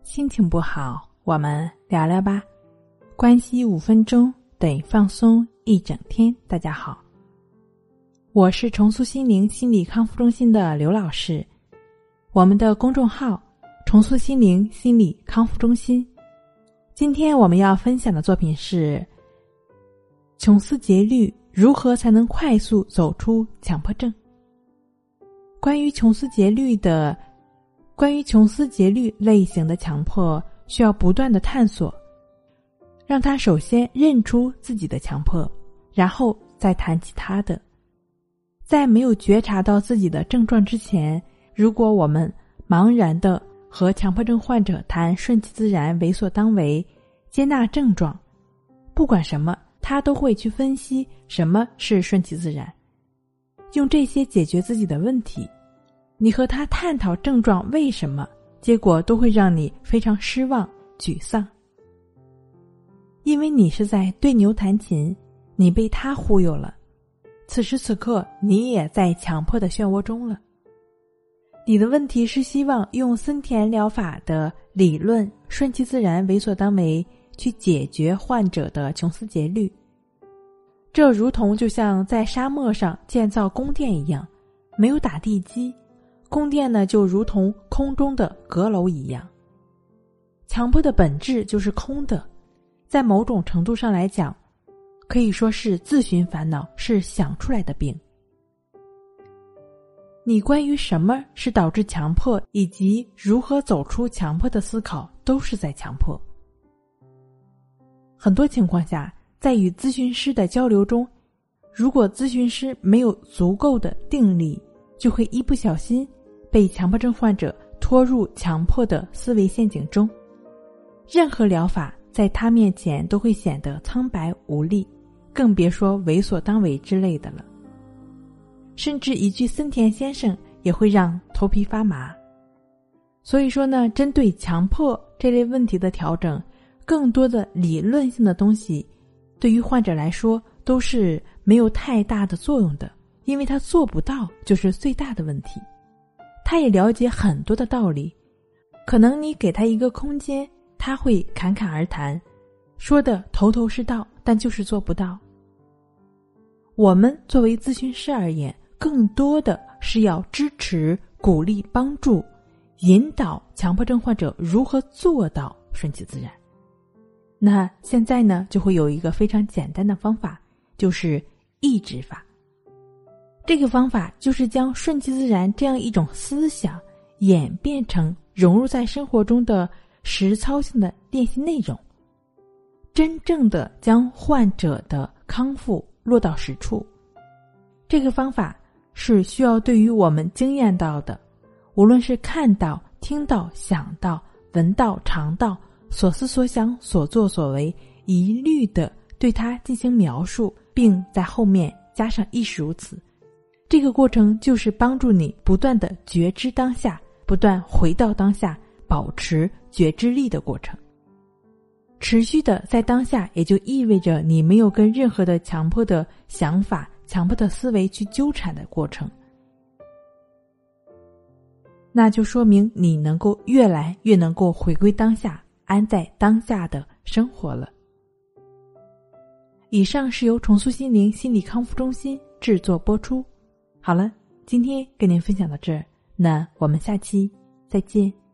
心情不好，我们聊聊吧。关系5分钟等于放松一整天。大家好，我是重塑心灵心理康复中心的刘老师。我们的公众号重塑心灵心理康复中心。今天我们要分享的作品是穷思竭虑，如何才能快速走出强迫症。关于穷思竭虑类型的强迫，需要不断的探索，让他首先认出自己的强迫，然后再谈其他的。在没有觉察到自己的症状之前，如果我们茫然的和强迫症患者谈顺其自然、为所当为、接纳症状，不管什么他都会去分析什么是顺其自然，用这些解决自己的问题。你和他探讨症状为什么，结果都会让你非常失望、沮丧。因为你是在对牛弹琴，你被他忽悠了，此时此刻你也在强迫的漩涡中了。你的问题是希望用森田疗法的理论顺其自然、为所当为去解决患者的穷思竭虑。这如同就像在沙漠上建造宫殿一样，没有打地基，宫殿呢就如同空中的阁楼一样。强迫的本质就是空的，在某种程度上来讲，可以说是自寻烦恼，是想出来的病。你关于什么是导致强迫以及如何走出强迫的思考，都是在强迫。很多情况下，在与咨询师的交流中，如果咨询师没有足够的定力，就会一不小心被强迫症患者拖入强迫的思维陷阱中。任何疗法在他面前都会显得苍白无力，更别说为所当为之类的了。甚至一句森田先生也会让头皮发麻。所以说呢，针对强迫这类问题的调整，更多的理论性的东西对于患者来说都是没有太大的作用的，因为他做不到就是最大的问题。他也了解很多的道理，可能你给他一个空间，他会侃侃而谈，说的头头是道，但就是做不到。我们作为咨询师而言，更多的是要支持、鼓励、帮助、引导强迫症患者如何做到顺其自然。那现在呢，就会有一个非常简单的方法，就是抑制法。这个方法就是将顺其自然这样一种思想演变成融入在生活中的实操性的练习内容，真正的将患者的康复落到实处。这个方法是需要对于我们经验到的，无论是看到、听到、想到、闻到、尝到、所思所想、所作所为，一律的对它进行描述，并在后面加上亦是如此。这个过程就是帮助你不断的觉知当下，不断回到当下，保持觉知力的过程。持续的在当下，也就意味着你没有跟任何的强迫的想法、强迫的思维去纠缠的过程，那就说明你能够越来越能够回归当下，安在当下的生活了。以上是由重塑心灵心理康复中心制作播出。好了，今天跟您分享到这儿，那我们下期再见。